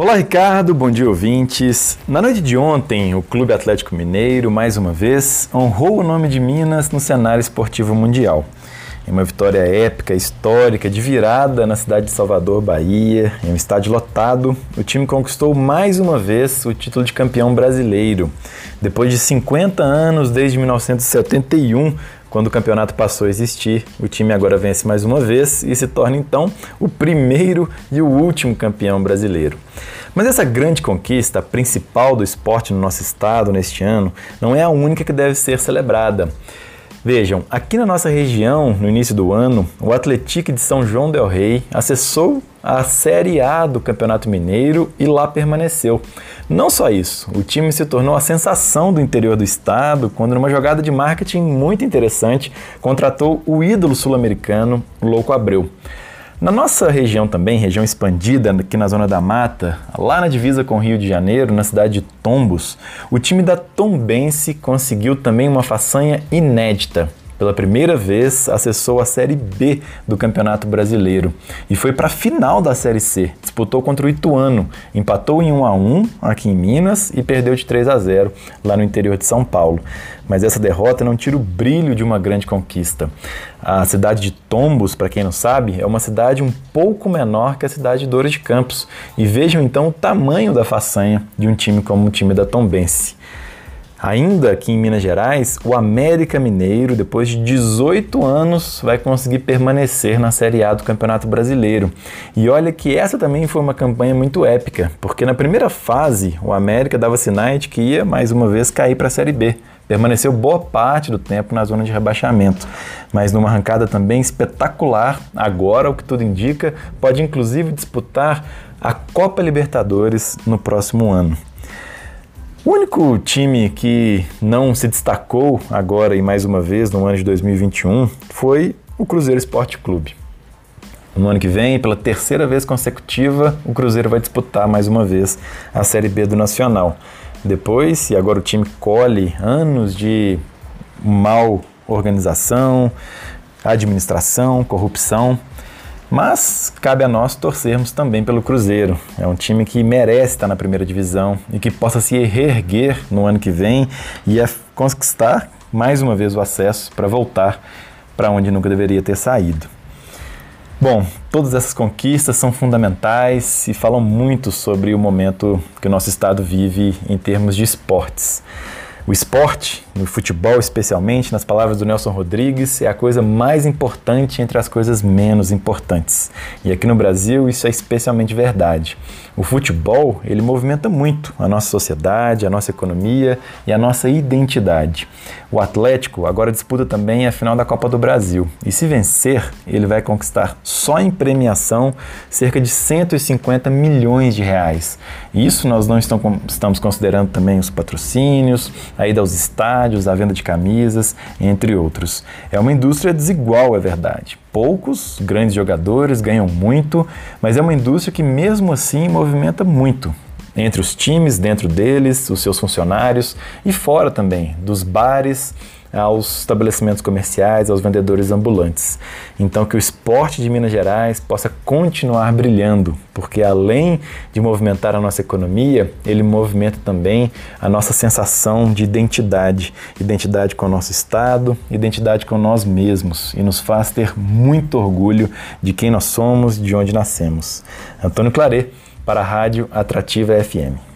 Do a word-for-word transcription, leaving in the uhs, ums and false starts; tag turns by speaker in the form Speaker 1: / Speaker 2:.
Speaker 1: Olá, Ricardo, bom dia, ouvintes. Na noite de ontem, o Clube Atlético Mineiro, mais uma vez, honrou o nome de Minas no cenário esportivo mundial. Em uma vitória épica, histórica, de virada na cidade de Salvador, Bahia, em um estádio lotado, o time conquistou mais uma vez o título de campeão brasileiro. Depois de cinquenta anos, desde mil novecentos e setenta e um, quando o campeonato passou a existir, o time agora vence mais uma vez e se torna então o primeiro e o último campeão brasileiro. Mas essa grande conquista, a principal do esporte no nosso estado neste ano, não é a única que deve ser celebrada. Vejam, aqui na nossa região, no início do ano, o Atlético de São João del Rei acessou a Série A do Campeonato Mineiro e lá permaneceu. Não só isso, o time se tornou a sensação do interior do estado quando, numa jogada de marketing muito interessante, contratou o ídolo sul-americano, Louco Abreu. Na nossa região também, região expandida aqui na Zona da Mata, lá na divisa com o Rio de Janeiro, na cidade de Tombos, o time da Tombense conseguiu também uma façanha inédita. Pela primeira vez, acessou a Série B do Campeonato Brasileiro e foi para a final da Série C. Disputou contra o Ituano, empatou em um a um aqui em Minas e perdeu de três a zero lá no interior de São Paulo. Mas essa derrota não tira o brilho de uma grande conquista. A cidade de Tombos, para quem não sabe, é uma cidade um pouco menor que a cidade de Dores de Campos. E vejam então o tamanho da façanha de um time como o time da Tombense. Ainda aqui em Minas Gerais, o América Mineiro, depois de dezoito anos, vai conseguir permanecer na Série A do Campeonato Brasileiro. E olha que essa também foi uma campanha muito épica, porque na primeira fase o América dava sinais de que ia mais uma vez cair para a Série B. Permaneceu boa parte do tempo na zona de rebaixamento, mas numa arrancada também espetacular, agora o que tudo indica, pode inclusive disputar a Copa Libertadores no próximo ano. O único time que não se destacou agora e mais uma vez no ano de dois mil e vinte e um foi o Cruzeiro Esporte Clube. No ano que vem, pela terceira vez consecutiva, o Cruzeiro vai disputar mais uma vez a Série B do Nacional. Depois, e agora o time colhe anos de mal organização, administração, corrupção, mas cabe a nós torcermos também pelo Cruzeiro. É um time que merece estar na primeira divisão e que possa se reerguer no ano que vem e conquistar mais uma vez o acesso para voltar para onde nunca deveria ter saído. Bom, todas essas conquistas são fundamentais e falam muito sobre o momento que o nosso estado vive em termos de esportes. O esporte, no futebol especialmente, nas palavras do Nelson Rodrigues, é a coisa mais importante entre as coisas menos importantes. E aqui no Brasil isso é especialmente verdade. O futebol, ele movimenta muito a nossa sociedade, a nossa economia e a nossa identidade. O Atlético agora disputa também a final da Copa do Brasil. E se vencer, ele vai conquistar só em premiação cerca de cento e cinquenta milhões de reais. E isso nós não estamos considerando também os patrocínios, a ida aos estádios, a venda de camisas, entre outros. É uma indústria desigual, é verdade. Poucos grandes jogadores ganham muito, mas é uma indústria que mesmo assim movimenta muito. Entre os times, dentro deles, os seus funcionários e fora também, dos bares aos estabelecimentos comerciais, aos vendedores ambulantes. Então que o esporte de Minas Gerais possa continuar brilhando, porque além de movimentar a nossa economia, ele movimenta também a nossa sensação de identidade, identidade com o nosso estado, identidade com nós mesmos, e nos faz ter muito orgulho de quem nós somos, de onde nascemos. Antônio Claret, para a Rádio Atrativa F M.